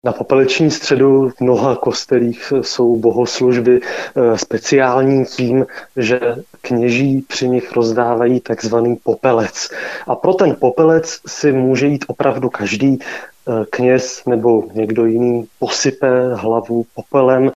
Na popeleční středu v mnoha kostelích jsou bohoslužby speciální tím, že kněží při nich rozdávají takzvaný popelec. A pro ten popelec si může jít opravdu každý kněz nebo někdo jiný posype hlavu popelem